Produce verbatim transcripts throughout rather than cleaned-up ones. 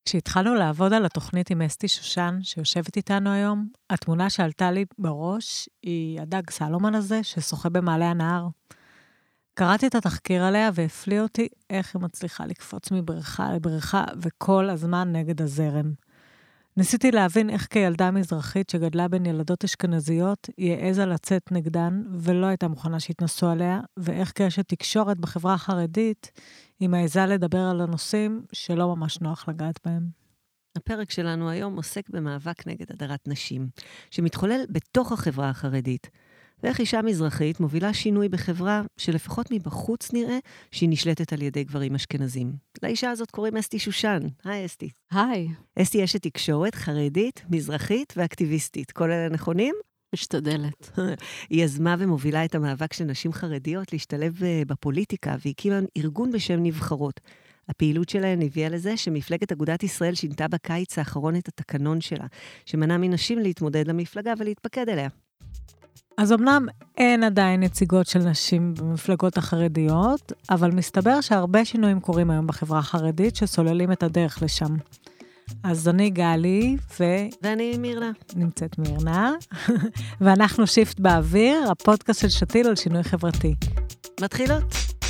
כשהתחלנו לעבוד על התוכנית עם אסתי שושן, שיושבת איתנו היום, התמונה שעלתה לי בראש היא הדג סלומן הזה, ששוחה במעלה הנהר. קראתי את התחקיר עליה והפליא אותי איך היא מצליחה לקפוץ מבריכה לבריכה, וכל הזמן נגד הזרם. ניסיתי להבין איך כילדה מזרחית שגדלה בין ילדות אשכנזיות, היא העזה לצאת נגדן, ולא הייתה מוכנה שיתנסו עליה, ואיך כאשת תקשורת בחברה החרדית, היא מעיזה לדבר על הנושאים שלא ממש נוח לגעת בהם. הפרק שלנו היום עוסק במאבק נגד הדרת נשים, שמתחולל בתוך החברה החרדית. ואיך אישה מזרחית מובילה שינוי בחברה שלפחות מבחוץ נראה שהיא נשלטת על ידי גברים אשכנזים. לאישה הזאת קוראים אסתי שושן. היי אסתי. היי. אסתי אשת תקשורת, חרדית, מזרחית ואקטיביסטית. כל אלה נכונים? משתדלת. היא יזמה ומובילה את המאבק של נשים חרדיות להשתלב בפוליטיקה, והקימה ארגון בשם נבחרות. הפעילות שלהן הביאה לזה שמפלגת אגודת ישראל שינתה בקיץ האחרון את התקנון שלה, שמנע מנשים להתמודד למפלגה ולהתפקד אליה. אז אמנם אין עדיין נציגות של נשים במפלגות החרדיות, אבל מסתבר שהרבה שינויים קורים היום בחברה החרדית שסוללים את הדרך לשם. אז אני גלי, ו... ואני מירנה. נמצאת מירנה, ואנחנו שיפט באוויר, הפודקאסט של שתיל על שינוי חברתי. מתחילות.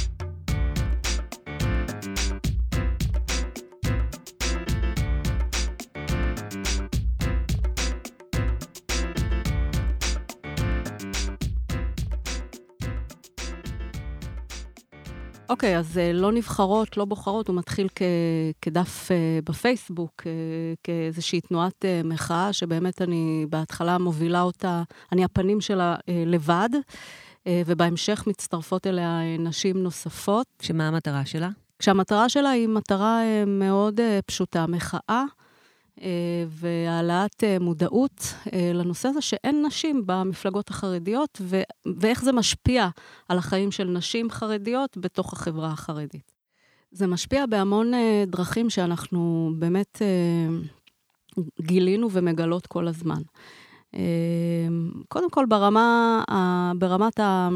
אוקיי, okay, אז לא נבחרות, לא בוחרות, הוא מתחיל כ- כדף uh, בפייסבוק, uh, כאיזושהי תנועת uh, מחאה, שבאמת אני בהתחלה מובילה אותה, אני הפנים שלה uh, לבד, uh, ובהמשך מצטרפות אליה uh, נשים נוספות. שמה המטרה שלה? כשהמטרה שלה היא מטרה uh, מאוד uh, פשוטה, מחאה, והעלאת מודעות לנושא הזה שאין נשים במפלגות החרדיות, ו- ואיך זה משפיע על החיים של נשים חרדיות בתוך החברה החרדית. זה משפיע בהמון דרכים שאנחנו באמת גילינו ומגלות כל הזמן. קודם כל ברמה, ברמת ה...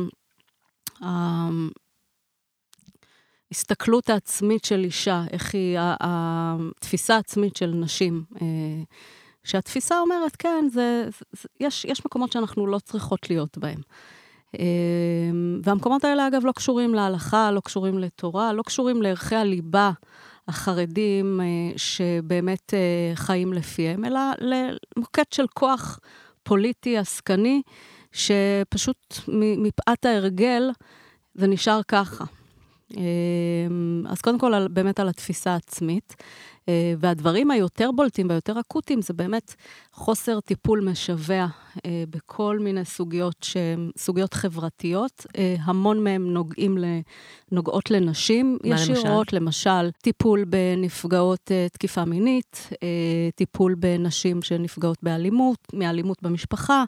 ההסתכלות העצמית של אישה, איך היא, התפיסה העצמית של נשים, שהתפיסה אומרת, כן, זה, זה, יש, יש מקומות שאנחנו לא צריכות להיות בהם. והמקומות האלה, אגב, לא קשורים להלכה, לא קשורים לתורה, לא קשורים לערכי הליבה החרדים שבאמת חיים לפיהם, אלא למוקד של כוח פוליטי, עסקני, שפשוט מפאת ההרגל זה נשאר ככה. אז קודם כל, באמת על התפיסה העצמית, והדברים היותר בולטים והיותר אקוטיים, זה באמת חוסר טיפול משווה בכל מיני סוגיות, סוגיות חברתיות, המון מהם נוגעים, נוגעות לנשים ישירות, למשל, טיפול בנפגעות תקיפה מינית, טיפול בנשים שנפגעות באלימות, מאלימות במשפחה,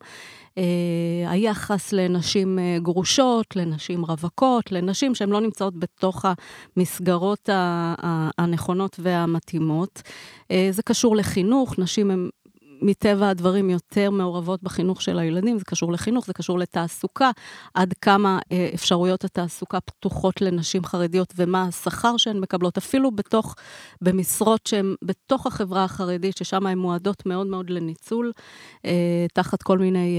היחס לנשים גרושות, לנשים רווקות, לנשים שהן לא נמצאות בתוך המסגרות הנכונות והמתאימות. זה קשור לחינוך, נשים הן מטבע הדברים יותר מעורבות בחינוך של הילדים, זה קשור לחינוך, זה קשור לתעסוקה, עד כמה אפשרויות התעסוקה פתוחות לנשים חרדיות, ומה השכר שהן מקבלות, אפילו בתוך, במשרות שהן בתוך החברה החרדית, ששם הן מועדות מאוד מאוד לניצול, תחת כל מיני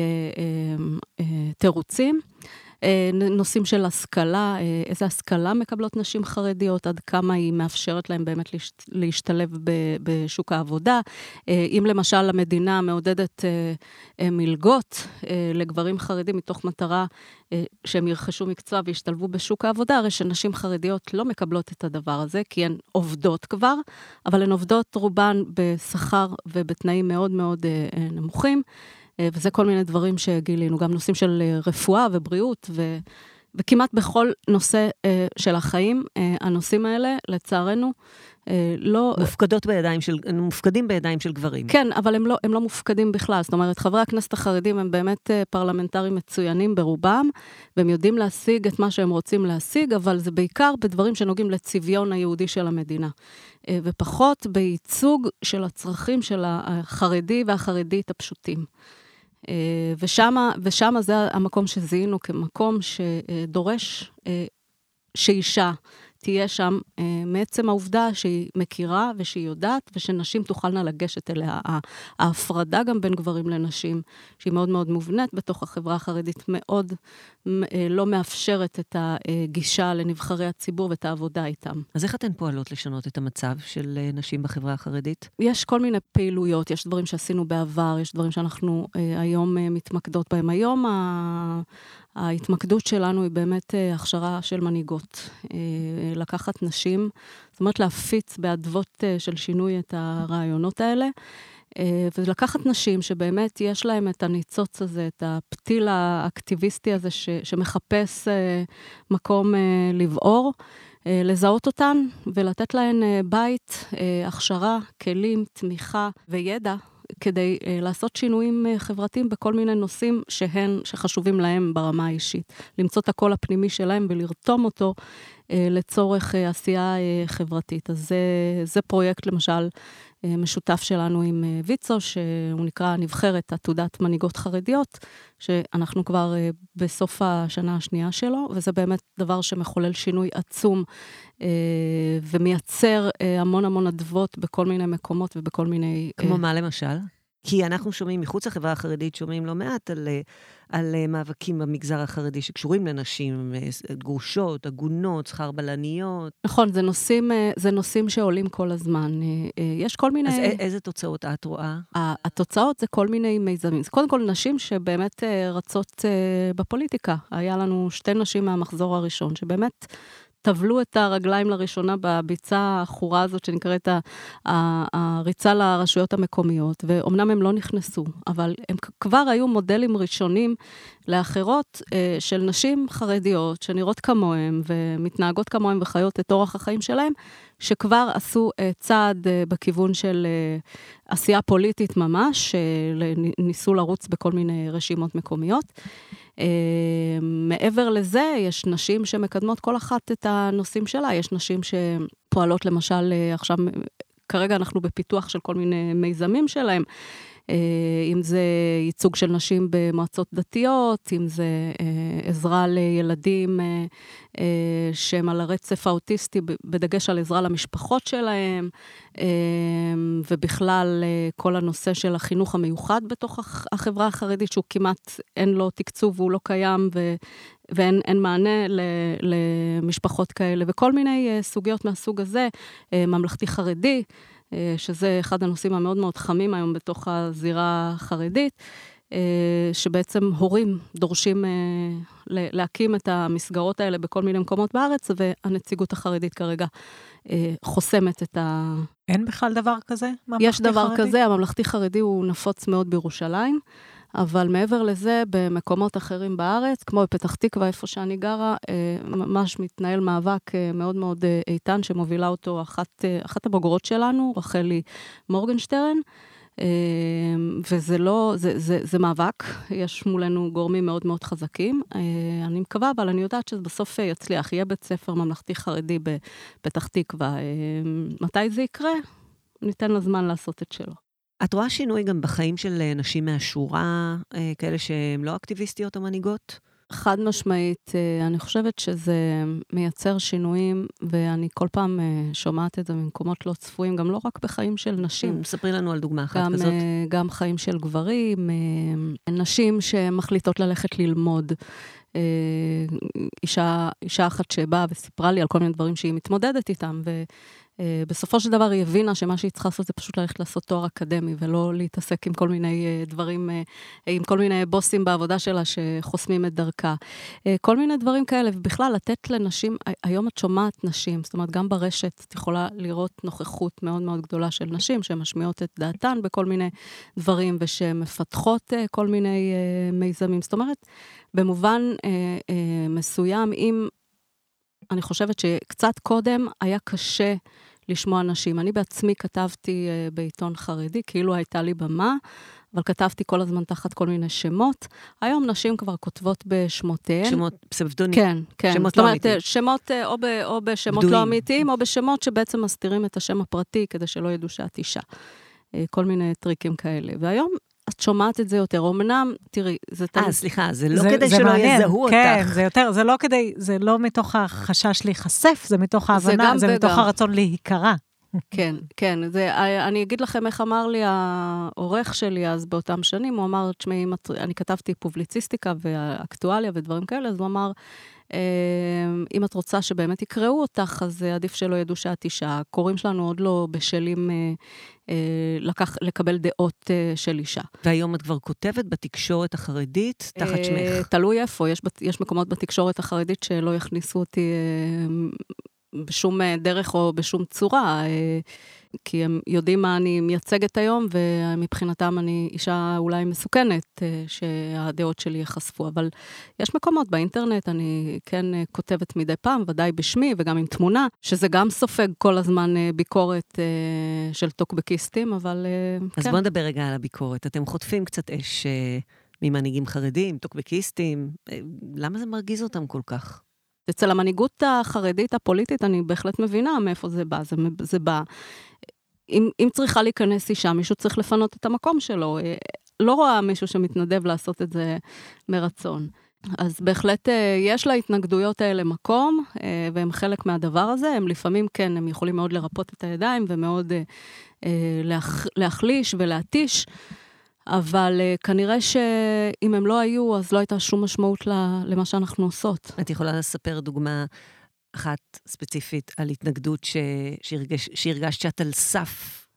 תירוצים. נושאים של השכלה, איזה השכלה מקבלות נשים חרדיות, עד כמה היא מאפשרת להם באמת להשתלב בשוק העבודה. אם למשל המדינה מעודדת מלגות לגברים חרדים מתוך מטרה שהם ירכשו מקצוע וישתלבו בשוק העבודה, הרי שנשים חרדיות לא מקבלות את הדבר הזה, כי הן עובדות כבר, אבל הן עובדות רובן בשכר ובתנאים מאוד מאוד נמוכים, וזה כל מיני דברים שגילינו, גם נושאים של רפואה ובריאות, ו... וכמעט בכל נושא של החיים, הנושאים האלה, לצערנו, לא... מופקדות בידיים של, מופקדים בידיים של גברים. כן, אבל הם לא, הם לא מופקדים בכלל. זאת אומרת, חברי הכנסת החרדים הם באמת פרלמנטרים מצוינים ברובם, והם יודעים להשיג את מה שהם רוצים להשיג, אבל זה בעיקר בדברים שנוגעים לצביון היהודי של המדינה. ופחות בייצוג של הצרכים של החרדי והחרדית הפשוטים. ושמה, ושמה זה המקום שזיהינו כמקום שדורש שאישה תהיה שם מעצם העובדה שהיא מכירה ושהיא יודעת, ושנשים תוכלנה לגשת אליה. ההפרדה גם בין גברים לנשים, שהיא מאוד מאוד מובנית בתוך החברה החרדית, מאוד לא מאפשרת את הגישה לנבחרי הציבור ואת העבודה איתם. אז איך אתן פועלות לשנות את המצב של נשים בחברה החרדית? יש כל מיני פעילויות, יש דברים שעשינו בעבר, יש דברים שאנחנו היום מתמקדות בהם. היום ההתמקדות שלנו היא באמת הכשרה של מנהיגות. לקחת נשים, זאת אומרת להפיץ באדוות של שינוי את הרעיונות האלה, ולקחת נשים שבאמת יש להם את הניצוץ הזה, את הפתיל האקטיביסטי הזה ש, שמחפש מקום לבעור, לזהות אותן ולתת להן בית, הכשרה, כלים, תמיכה וידע, כדי uh, לעשות שינויים uh, חברתיים בכל מיני נושאים שהן, שחשובים להם ברמה האישית. למצוא את הקול הפנימי שלהם ולרתום אותו uh, לצורך uh, עשייה uh, חברתית. אז זה, זה פרויקט למשל uh, משותף שלנו עם uh, ויצו, שהוא נקרא נבחרת עתודת מנהיגות חרדיות, שאנחנו כבר uh, בסוף השנה השנייה שלו, וזה באמת דבר שמחולל שינוי עצום, uh, ומייצר uh, המון המון אדוות בכל מיני מקומות ובכל מיני... כמו uh, מה למשל? כי אנחנו שומעים מחוץ לחברה החרדית, שומעים לא מעט על, על מאבקים במגזר החרדי שקשורים לנשים, גרושות, עגונות, שכר בלניות. נכון, זה נושאים, זה נושאים שעולים כל הזמן. יש כל מיני... אז איזה תוצאות את רואה? התוצאות זה כל מיני מיזמים. זה קודם כל נשים שבאמת רצות בפוליטיקה. היה לנו שתי נשים מהמחזור הראשון, שבאמת... טבלו את הרגליים לראשונה בביצה האחורה הזאת שנקראת הריצה לרשויות המקומיות, ואומנם הם לא נכנסו, אבל הם כבר היו מודלים ראשונים לאחרות של נשים חרדיות שנראות כמוהם ומתנהגות כמוהם וחיות את אורח החיים שלהם, שכבר עשו צעד בכיוון של עשייה פוליטית ממש, ניסו לרוץ בכל מיני רשימות מקומיות. מעבר לזה, יש נשים שמקדמות כל אחת את הנושאים שלה, יש נשים שפועלות למשל, עכשיו, כרגע אנחנו בפיתוח של כל מיני מיזמים שלהם, אם זה ייצוג של נשים במועצות דתיות, אם זה עזרה לילדים שהם על הרצף האוטיסטי, בדגש על עזרה למשפחות שלהם, ובכלל כל הנושא של החינוך המיוחד בתוך החברה החרדית, שהוא כמעט אין לו תקצוב והוא לא קיים, ו... ואין אין מענה ל, למשפחות כאלה, וכל מיני סוגיות מהסוג הזה, ממלכתי חרדי, שזה אחד הנושאים המאוד מאוד חמים היום בתוך הזירה החרדית, שבעצם הורים דורשים להקים את המסגרות האלה בכל מיני מקומות בארץ, והנציגות החרדית כרגע חוסמת את ה... אין בכלל דבר כזה? יש דבר חרדי? כזה, הממלכתי חרדי הוא נפוץ מאוד בירושלים, אבל מעבר לזה, במקומות אחרים בארץ, כמו בפתח תקווה, איפה שאני גרה, ממש מתנהל מאבק מאוד מאוד איתן, שמובילה אותו אחת, אחת הבוגרות שלנו, רחלי מורגנשטרן, וזה לא, זה, זה, זה מאבק, יש מולנו גורמים מאוד מאוד חזקים, אני מקווה, אבל אני יודעת שבסוף יצליח, יהיה בית ספר ממלכתי חרדי בפתח תקווה, מתי זה יקרה? ניתן לזמן לעשות את שלו. את רואה שינוי גם בחיים של נשים מהשורה, כאלה שהן לא אקטיביסטיות או מנהיגות? חד משמעית, אני חושבת שזה מייצר שינויים, ואני כל פעם שומעת את זה ממקומות לא צפויים, גם לא רק בחיים של נשים. ספרי לנו על דוגמה אחת גם, כזאת. גם חיים של גברים, נשים שמחליטות ללכת ללמוד. אישה, אישה אחת שבאה וסיפרה לי על כל מיני דברים שהיא מתמודדת איתם, ו... בסופו של דבר היא הבינה שמה שהיא צריכה לעשות זה פשוט ללכת לעשות תואר אקדמי, ולא להתעסק עם כל מיני דברים, עם כל מיני בוסים בעבודה שלה שחוסמים את דרכה. כל מיני דברים כאלה, ובכלל לתת לנשים, היום את שומעת נשים, זאת אומרת גם ברשת את יכולה לראות נוכחות מאוד מאוד גדולה של נשים, שמשמיעות את דעתן בכל מיני דברים, ושמפתחות כל מיני מיזמים. זאת אומרת, במובן מסוים, אם אני חושבת שקצת קודם היה קשה לשמוע נשים. אני בעצמי כתבתי uh, בעיתון חרדי, כאילו הייתה לי במה, אבל כתבתי כל הזמן תחת כל מיני שמות. היום נשים כבר כותבות בשמותיהן. שמות פסבדונים. כן, כן. שמות לא אמיתיים. שמות או, ב, או בשמות בדויים. לא אמיתיים, או בשמות שבעצם מסתירים את השם הפרטי, כדי שלא ידעו שאת אישה. כל מיני טריקים כאלה. והיום את שומעת את זה יותר. אמנם, תראי, זה... אה, סליחה, זה לא כדי שלא יזהו אותך. כן, זה יותר, זה לא כדי, זה לא מתוך החשש להיחשף, זה מתוך ההבנה, זה מתוך הרצון להיקרא. כן, כן, אני אגיד לכם איך אמר לי העורך שלי אז באותם שנים, הוא אמר, תשמעי, אני כתבתי פובליציסטיקה ואקטואליה ודברים כאלה, אז הוא אמר, אם את רוצה שבאמת יקראו אותך, אז עדיף שלא ידעו שאת אישה. הקוראים שלנו עוד לא בשלים לקח, לקבל דעות של אישה. והיום את כבר כותבת בתקשורת החרדית, תחת שמך. תלוי איפה, יש, יש מקומות בתקשורת החרדית שלא יכניסו אותי בשום דרך או בשום צורה, כי הם יודעים מה אני מייצגת היום, ומבחינתם אני אישה אולי מסוכנת, שהדעות שלי יחשפו, אבל יש מקומות באינטרנט, אני כן כותבת מדי פעם, ודאי בשמי, וגם עם תמונה, שזה גם סופג כל הזמן ביקורת של טוקבקיסטים, אבל אז כן. בוא נדבר רגע על הביקורת. אתם חוטפים קצת אש ממנהיגים חרדים, טוקבקיסטים, למה זה מרגיז אותם כל כך? אצל המנהיגות החרדית הפוליטית, אני בהחלט מבינה מאיפה זה בא. זה, זה בא. אם, אם צריכה להיכנס אישה, מישהו צריך לפנות את המקום שלו. לא רואה מישהו שמתנדב לעשות את זה מרצון. אז בהחלט יש להתנגדויות האלה מקום, והם חלק מהדבר הזה. הם לפעמים, כן, הם יכולים מאוד לרפות את הידיים, ומאוד להח, להחליש ולהתיש. אבל uh, כנראה שאם הם לא היו, אז לא הייתה שום משמעות למה שאנחנו עושות. את יכולה לספר דוגמה אחת ספציפית על התנגדות ש... שהרגש... שהרגשת שאת על סף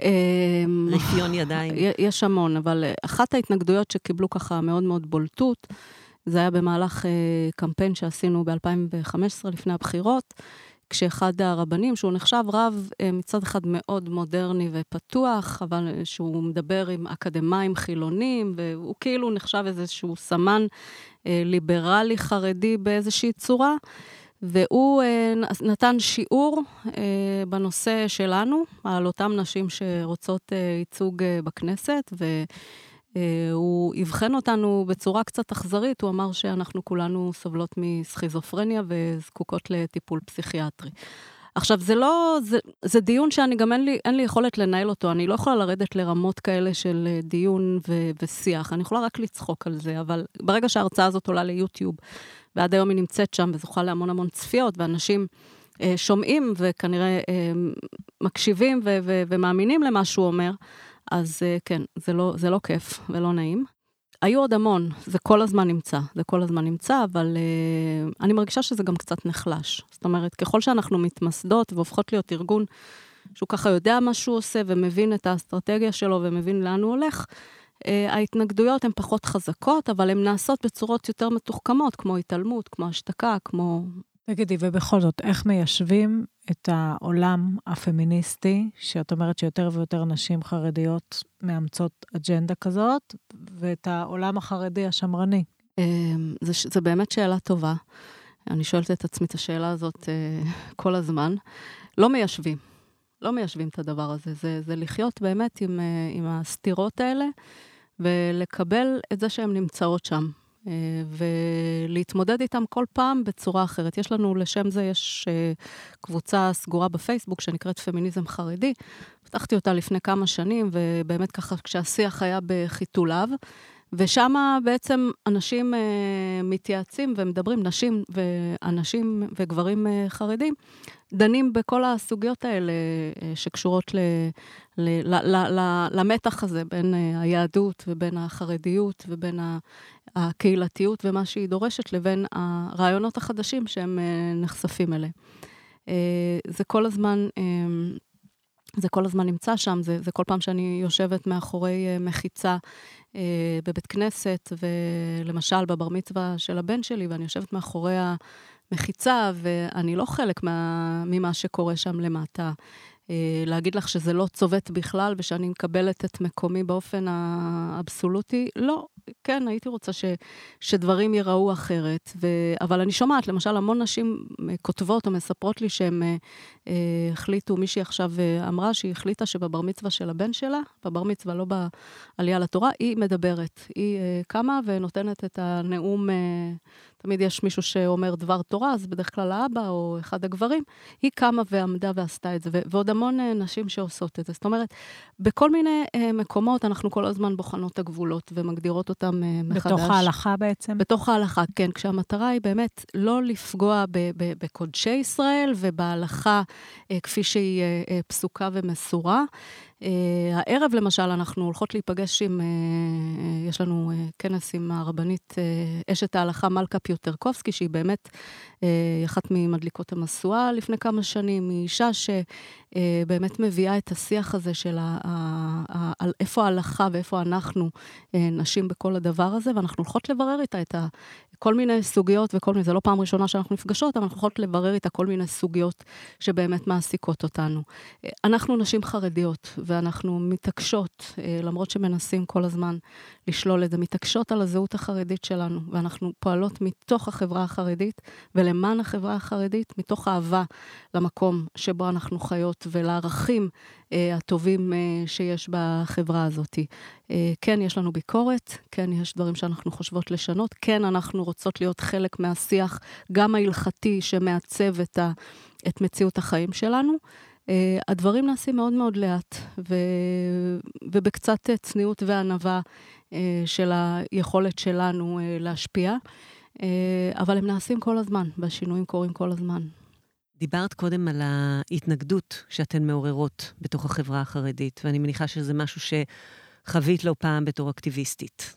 רפיון ידיים? יש המון, אבל אחת ההתנגדויות שקיבלו ככה מאוד מאוד בולטות, זה היה במהלך uh, קמפיין שעשינו ב-אלפיים וחמש עשרה לפני הבחירות, כשאחד הרבנים, שהוא נחשב רב מצד אחד מאוד מודרני ופתוח, אבל שהוא מדבר עם אקדמיים חילונים, והוא כאילו נחשב איזשהו סמן ליברלי חרדי באיזושהי צורה, והוא נתן שיעור בנושא שלנו, על אותם נשים שרוצות ייצוג בכנסת, והוא הבחן אותנו בצורה קצת אכזרית, הוא אמר שאנחנו כולנו סובלות מסכיזופרניה וזקוקות לטיפול פסיכיאטרי. עכשיו, זה לא, זה, זה דיון שאני גם אין לי, אין לי יכולת לנהל אותו, אני לא יכולה לרדת לרמות כאלה של דיון ו, ושיח, אני יכולה רק לצחוק על זה, אבל ברגע שההרצאה הזאת עולה ליוטיוב, ועד היום היא נמצאת שם וזוכה להמון המון צפיות, ואנשים אה, שומעים וכנראה אה, מקשיבים ו, ו, ומאמינים למה שהוא אומר, אז כן, זה לא, זה לא כיף ולא נעים. היו עוד המון, זה כל הזמן נמצא, זה כל הזמן נמצא, אבל uh, אני מרגישה שזה גם קצת נחלש. זאת אומרת, ככל שאנחנו מתמסדות והופכות להיות ארגון שהוא ככה יודע מה שהוא עושה ומבין את האסטרטגיה שלו ומבין לאן הוא הולך, uh, ההתנגדויות הן פחות חזקות, אבל הן נעשות בצורות יותר מתוחכמות, כמו התעלמות, כמו השתקה, כמו... תגידי, ובכל זאת, איך מיישבים את העולם הפמיניסטי, שאת אומרת שיותר ויותר נשים חרדיות מאמצות אג'נדה כזאת, ואת העולם החרדי השמרני? זה, זה באמת שאלה טובה. אני שואלת את עצמי את השאלה הזאת כל הזמן. לא מיישבים. לא מיישבים את הדבר הזה. זה, זה לחיות באמת עם, עם הסתירות האלה, ולקבל את זה שהן נמצאות שם. ולהתמודד איתם כל פעם בצורה אחרת. יש לנו, לשם זה יש קבוצה סגורה בפייסבוק שנקראת פמיניזם חרדי. פתחתי אותה לפני כמה שנים, ובאמת ככה כשהשיח היה בחיתוליו, ושם בעצם אנשים מתייעצים ומדברים, נשים ואנשים וגברים חרדים, דנים בכל הסוגיות האלה שקשורות ל, ל, ל, ל, ל, למתח הזה בין היהדות ובין החרדיות ובין הקהילתיות ומה שהיא דורשת לבין הרעיונות החדשים שהם נחשפים אליהם. זה כל הזמן... זה כל הזמן נמצא שם, זה, זה כל פעם שאני יושבת מאחורי מחיצה אה, בבית כנסת, ולמשל בבר מצווה של הבן שלי, ואני יושבת מאחורי המחיצה, ואני לא חלק מה, ממה שקורה שם למטה. אה, להגיד לך שזה לא צובט בכלל, ושאני מקבלת את מקומי באופן האבסולוטי, לא. כן, הייתי רוצה ש, שדברים ייראו אחרת, ו, אבל אני שומעת, למשל, המון נשים כותבות או מספרות לי שהם אה, אה, החליטו, מישהי עכשיו אה, אמרה שהיא החליטה שבבר מצווה של הבן שלה, בבר מצווה לא בעלייה לתורה, היא מדברת. היא אה, קמה ונותנת את הנאום, אה, תמיד יש מישהו שאומר דבר תורה, אז בדרך כלל האבא או אחד הגברים, היא קמה ועמדה ועשתה את זה, ו- ועוד המון אה, נשים שעושות את זה. זאת אומרת, בכל מיני אה, מקומות אנחנו כל הזמן בוחנות את הגבולות ומגדירות אותם אה, מחדש. בתוך ההלכה בעצם? בתוך ההלכה, כן, כשהמטרה היא באמת לא לפגוע ב- ב- בקודשי ישראל ובהלכה אה, כפי שהיא אה, אה, פסוקה ומסורה. Uh, הערב למשל אנחנו הולכות להיפגש עם, uh, uh, יש לנו uh, כנס עם הרבנית uh, אשת ההלכה מלכה פיוטרקובסקי, שהיא באמת uh, אחת ממדליקות המשואה לפני כמה שנים, היא אישה שבאמת uh, מביאה את השיח הזה של ה, ה, ה, על איפה ההלכה ואיפה אנחנו uh, נשים בכל הדבר הזה, ואנחנו הולכות לברר איתה את ה... כל מיני סוגיות וכל מיני, זה לא פעם ראשונה שאנחנו נפגשות, אבל אנחנו יכולות לברר איתה כל מיני סוגיות שבאמת מעסיקות אותנו. אנחנו נשים חרדיות, ואנחנו מתעקשות, למרות שמנסים כל הזמן לשלול את זה, מתעקשות על הזהות החרדית שלנו, ואנחנו פועלות מתוך החברה החרדית, ולמען החברה החרדית, מתוך אהבה למקום שבו אנחנו חיות, ולערכים הטובים שיש בחברה הזאת. כן, יש לנו ביקורת, כן, יש דברים שאנחנו חושבות לשנות, כן, אנחנו רוצות להיות חלק מהשיח, גם ההלכתי שמעצב את, ה, את מציאות החיים שלנו. הדברים נעשים מאוד מאוד לאט, ו, ובקצת צניעות וענווה של היכולת שלנו להשפיע, אבל הם נעשים כל הזמן, והשינויים קורים כל הזמן. דיברת קודם על ההתנגדות שאתן מעוררות בתוך החברה החרדית, ואני מניחה שזה משהו שחווית לא פעם בתור אקטיביסטית.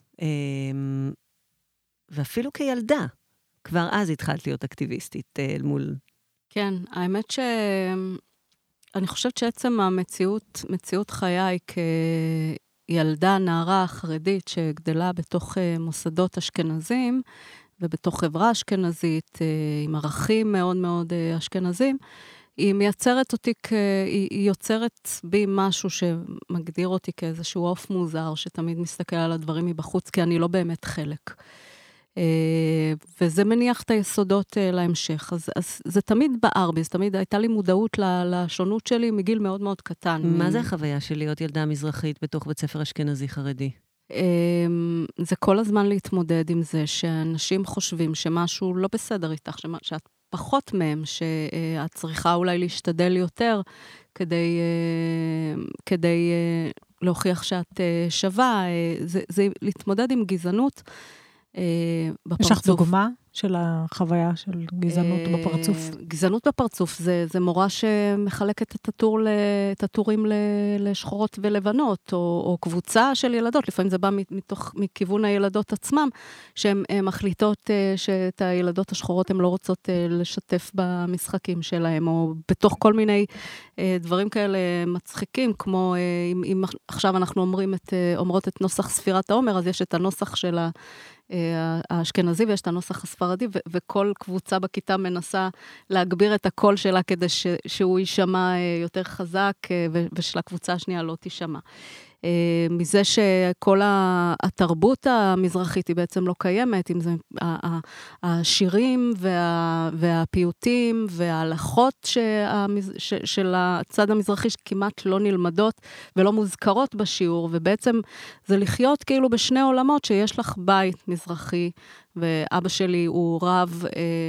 ואפילו כילדה, כבר אז התחלת להיות אקטיביסטית אל מול... כן, האמת שאני חושבת שעצם המציאות, מציאות חיי כילדה, נערה חרדית שגדלה בתוך מוסדות אשכנזים, ובתוך חברה אשכנזית, עם ערכים מאוד מאוד אשכנזים, היא מייצרת אותי, כ... היא, היא יוצרת בי משהו שמגדיר אותי כאיזשהו עוף מוזר, שתמיד מסתכל על הדברים מבחוץ, כי אני לא באמת חלק. וזה מניח את היסודות להמשך. אז, אז זה תמיד בער בי, אז תמיד הייתה לי מודעות לשונות שלי מגיל מאוד מאוד קטן. מה זה החוויה של להיות ילדה מזרחית בתוך בית ספר אשכנזי חרדי? זה כל הזמן להתמודד עם זה, שאנשים חושבים שמשהו לא בסדר איתך, שאת פחות מהם, שאת צריכה אולי להשתדל יותר, כדי, כדי להוכיח שאת שווה. זה, זה להתמודד עם גזענות בפרצוף. יש לך דוגמה של החוויה של גזענות בפרצוף? גזענות בפרצוף זה, זה מורה שמחלקת את הטור, את הטורים לשחורות ולבנות, או, או קבוצה של ילדות, לפעמים זה בא מתוך, מכיוון הילדות עצמם, שהן מחליטות שאת הילדות השחורות הן לא רוצות לשתף במשחקים שלהם, או בתוך כל מיני דברים כאלה מצחיקים, כמו אם, אם עכשיו אנחנו אומרים את, אומרות את נוסח ספירת העומר, אז יש את הנוסח של ה... האשכנזי ויש את הנוסח הספרדי, ו- וכל קבוצה בכיתה מנסה להגביר את הקול שלה כדי ש- שהוא יישמע יותר חזק, ו- ושל הקבוצה השנייה לא תישמע. מזה שכל התרבות המזרחית היא בעצם לא קיימת, אם זה השירים וה, והפיוטים וההלכות של הצד המזרחי שכמעט לא נלמדות ולא מוזכרות בשיעור, ובעצם זה לחיות כאילו בשני עולמות שיש לך בית מזרחי, ואבא שלי הוא רב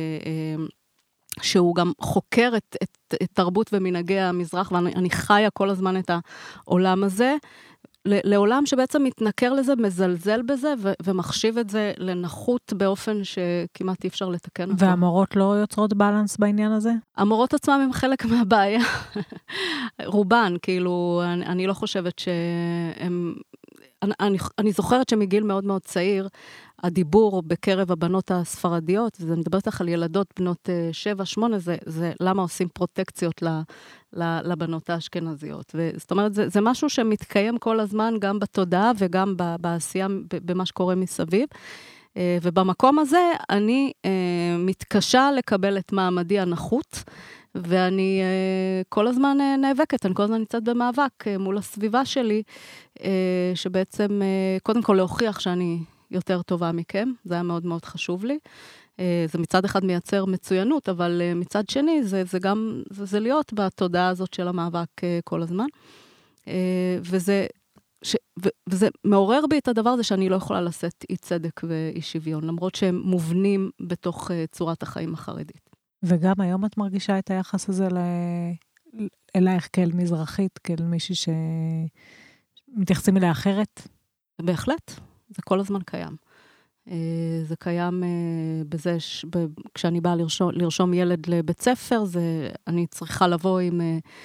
שהוא גם חוקר את, את, את תרבות ומנהגי המזרח, ואני חיה כל הזמן את העולם הזה, לעולם שבעצם מתנכר לזה, מזלזל בזה, ו- ומחשיב את זה לנחות באופן שכמעט אי אפשר לתקן אותו. והמורות לא יוצרות בלנס בעניין הזה? המורות עצמם הם חלק מהבעיה. רובן, כאילו, אני, אני לא חושבת שהם... אני, אני, אני זוכרת שמגיל מאוד מאוד צעיר, הדיבור בקרב הבנות הספרדיות, וזה מדברת לך על ילדות בנות שבע, שמונה, זה, זה למה עושים פרוטקציות ל, ל, לבנות האשכנזיות. זאת אומרת, זה, זה משהו שמתקיים כל הזמן, גם בתודעה וגם בעשייה, במה שקורה מסביב. ובמקום הזה אני מתקשה לקבל את מעמדי הנחות, ואני uh, כל הזמן uh, נאבקת, אני כל הזמן נמצאת במאבק uh, מול הסביבה שלי, uh, שבעצם uh, קודם כל להוכיח שאני יותר טובה מכם, זה היה מאוד מאוד חשוב לי. זה מצד אחד מייצר מצוינות, אבל מצד שני, זה, זה גם, זה, זה להיות בתודעה הזאת של המאבק כל הזמן. וזה, ש, ו, וזה מעורר בי את הדבר הזה שאני לא יכולה לשאת אי צדק ואי שוויון, למרות שהם מובנים בתוך צורת החיים החרדית. וגם היום את מרגישה את היחס הזה ל... אלייך כאל מזרחית, כאל מישהי שמתייחסים אליה אחרת? בהחלט, זה כל הזמן קיים. זה קיים בזה, ש... כשאני באה לרשום, לרשום ילד לבית ספר, זה... אני צריכה לבוא עם,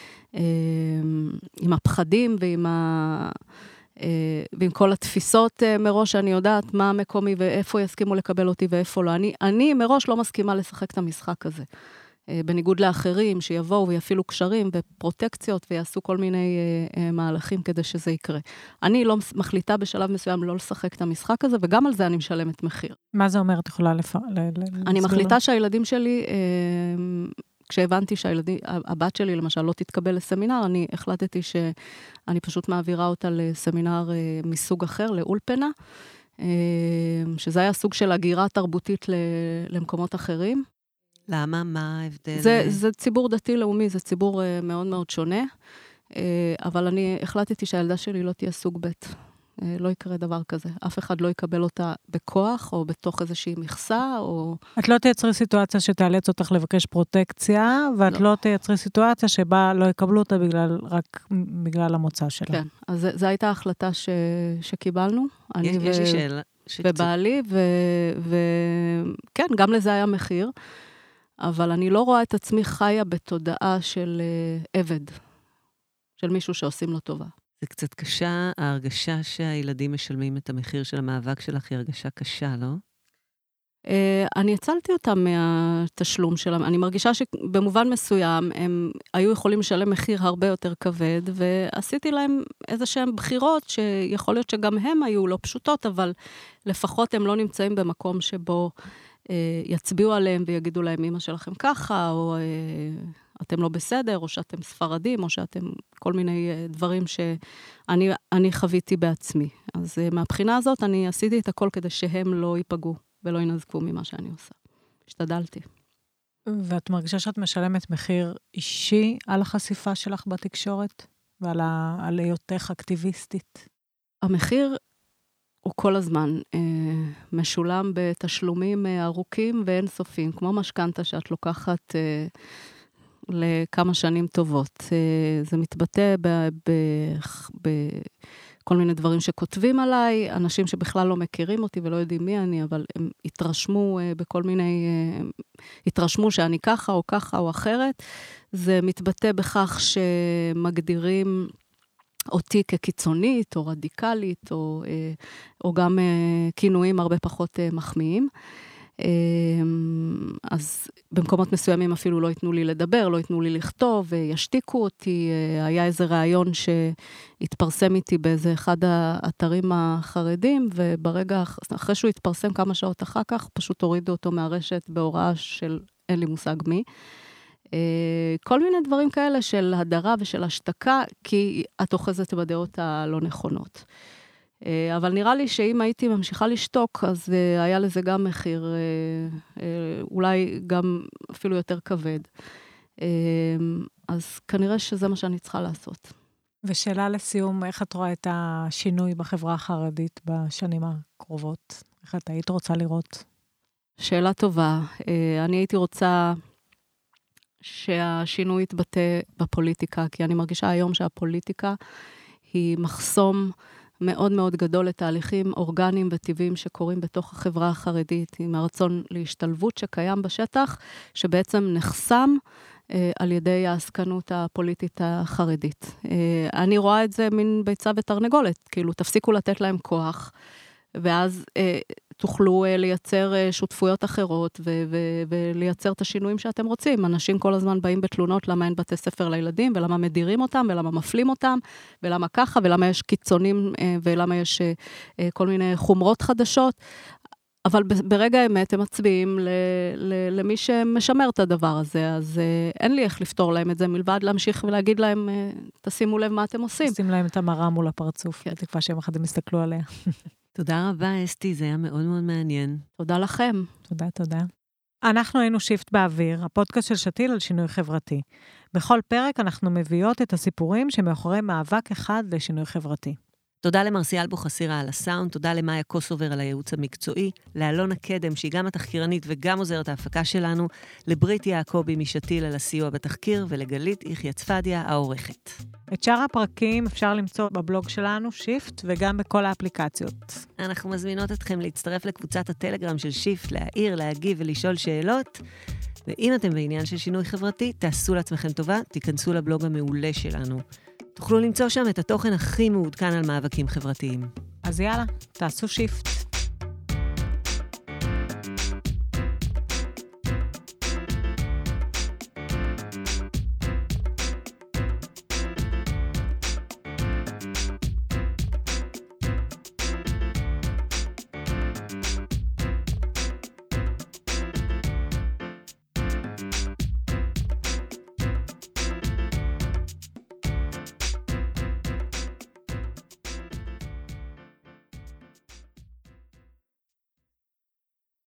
עם הפחדים ועם, ה... ועם כל התפיסות מראש, אני יודעת מה מקומי ואיפה יסכימו לקבל אותי ואיפה לא. אני, אני מראש לא מסכימה לשחק את המשחק הזה. בניגוד לאחרים שיבואו ויפעילו קשרים ופרוטקציות ויעשו כל מיני מהלכים כדי שזה יקרה. אני לא מחליטה בשלב מסוים לא לשחק את המשחק הזה, וגם על זה אני משלמת מחיר. מה זה אומר? את יכולה לפ... אני מחליטה שהילדים שלי, כשהבנתי שהבת שלי למשל לא תתקבל לסמינר, אני החלטתי שאני פשוט מעבירה אותה לסמינר מסוג אחר, לאולפנה, שזה היה סוג של הגירה תרבותית למקומות אחרים. למה? מה ההבדל? זה, זה ציבור דתי-לאומי, זה ציבור uh, מאוד מאוד שונה, uh, אבל אני החלטתי שהילדה שלי לא תהיה סוג ב', uh, לא יקרה דבר כזה. אף אחד לא יקבל אותה בכוח, או בתוך איזושהי מכסה, או... את לא תייצרי סיטואציה שתאלץ אותך לבקש פרוטקציה, ואת לא, לא תייצרי סיטואציה שבה לא יקבלו אותה בגלל, רק בגלל המוצא שלה. כן, אז זו הייתה ההחלטה ש, שקיבלנו. יש, ו... יש לי שאלה. ובעלי, וכן, ו... גם לזה היה מחיר. אבל אני לא רואה את עצמי חיה בתודעה של uh, עבד, של מישהו שעושים לו טובה. זה קצת קשה, ההרגשה שהילדים משלמים את המחיר של המאבק שלך היא הרגשה קשה, לא? Uh, אני הצלתי אותם מהתשלום שלהם. אני מרגישה שבמובן מסוים הם היו יכולים לשלם מחיר הרבה יותר כבד, ועשיתי להם איזה שהן בחירות שיכול להיות שגם הם היו לא פשוטות, אבל לפחות הם לא נמצאים במקום שבו יצביעו עליהם ויגידו להם, אמא שלכם ככה, או אתם לא בסדר, או שאתם ספרדים, או שאתם כל מיני דברים שאני אני חוויתי בעצמי. אז מהבחינה הזאת אני עשיתי את הכל כדי שהם לא ייפגעו ולא ינזקו ממה שאני עושה. השתדלתי. ואת מרגישה שאת משלמת מחיר אישי על החשיפה שלך בתקשורת, ועל ה... על היותך אקטיביסטית? המחיר הוא כל הזמן אה, משולם בתשלומים אה, ארוכים ואינסופיים, כמו משכנתה שאת לוקחת אה, לכמה שנים טובות. אה, זה מתבטא בכל מיני דברים שכותבים עליי, אנשים שבכלל לא מכירים אותי ולא יודעים מי אני, אבל הם התרשמו אה, בכל מיני, אה, התרשמו שאני ככה או ככה או אחרת. זה מתבטא בכך שמגדירים אותי כקיצונית, או רדיקלית, או, או גם כינויים הרבה פחות מחמיאים. אז במקומות מסוימים אפילו לא ייתנו לי לדבר, לא ייתנו לי לכתוב, ישתיקו אותי. היה איזה רעיון שהתפרסם איתי באיזה אחד האתרים החרדים, וברגע, אחרי שהוא התפרסם כמה שעות אחר כך, פשוט הורידו אותו מהרשת בהוראה של אין לי מושג מי. כל מיני דברים כאלה של הדרה ושל השתקה, כי את אוחזת בדעות הלא נכונות. אבל נראה לי שאם הייתי ממשיכה לשתוק, אז היה לזה גם מחיר, אולי גם אפילו יותר כבד. אז כנראה שזה מה שאני צריכה לעשות. ושאלה לסיום, איך את רואה את השינוי בחברה החרדית בשנים הקרובות? איך את היית רוצה לראות? שאלה טובה. אני הייתי רוצה שהשינוי יתבטא בפוליטיקה, כי אני מרגישה היום שהפוליטיקה היא מחסום מאוד מאוד גדול לתהליכים אורגניים וטבעיים שקורים בתוך החברה החרדית, עם הרצון להשתלבות שקיים בשטח, שבעצם נחסם אה, על ידי העסקנות הפוליטית החרדית. אה, אני רואה את זה מין ביצה ותרנגולת, כאילו תפסיקו לתת להם כוח, ואז אה, תוכלו אה, לייצר אה, שותפויות אחרות, ו- ו- ולייצר את השינויים שאתם רוצים. אנשים כל הזמן באים בתלונות למה אין בתי ספר לילדים, ולמה מדירים אותם, ולמה מפלים אותם, ולמה ככה, ולמה יש קיצונים, אה, ולמה יש אה, אה, כל מיני חומרות חדשות. אבל ברגע האמת הם מצביעים ל- ל- למי שמשמר את הדבר הזה, אז אה, אין לי איך לפתור להם את זה, מלבד להמשיך ולהגיד להם, אה, תשימו לב מה אתם עושים. שים להם את המראה מול הפרצוף, כן. בתקווה שהם אחדים יסתכלו עליה. תודה רבה, אסתי, זה היה מאוד מאוד מעניין. תודה לכם. תודה, תודה. אנחנו היינו שיפט באוויר, הפודקאסט של שתיל על שינוי חברתי. בכל פרק אנחנו מביאות את הסיפורים שמאחורי מאבק אחד לשינוי חברתי. תודה למרסיאל בוחסירה על הסאונד, תודה למאיה קוסובר על הייעוץ המקצועי, לאלונה קדם, שהיא גם התחקירנית וגם עוזרת ההפקה שלנו, לברית יעקובי משתיל על הסיוע בתחקיר, ולגלית יחיא צפדיה העורכת. את שאר הפרקים אפשר למצוא בבלוג שלנו, שיפט, וגם בכל האפליקציות. אנחנו מזמינות אתכם להצטרף לקבוצת הטלגרם של שיפט, להעיר, להגיב ולשאול שאלות. ואם אתם בעניין של שינוי חברתי, תעשו לעצמכם טובה, תיכנסו לבלוג המעולה שלנו. תוכלו למצוא שם את התוכן הכי מעודכן על מאבקים חברתיים. אז יאללה, תעשו שיפט.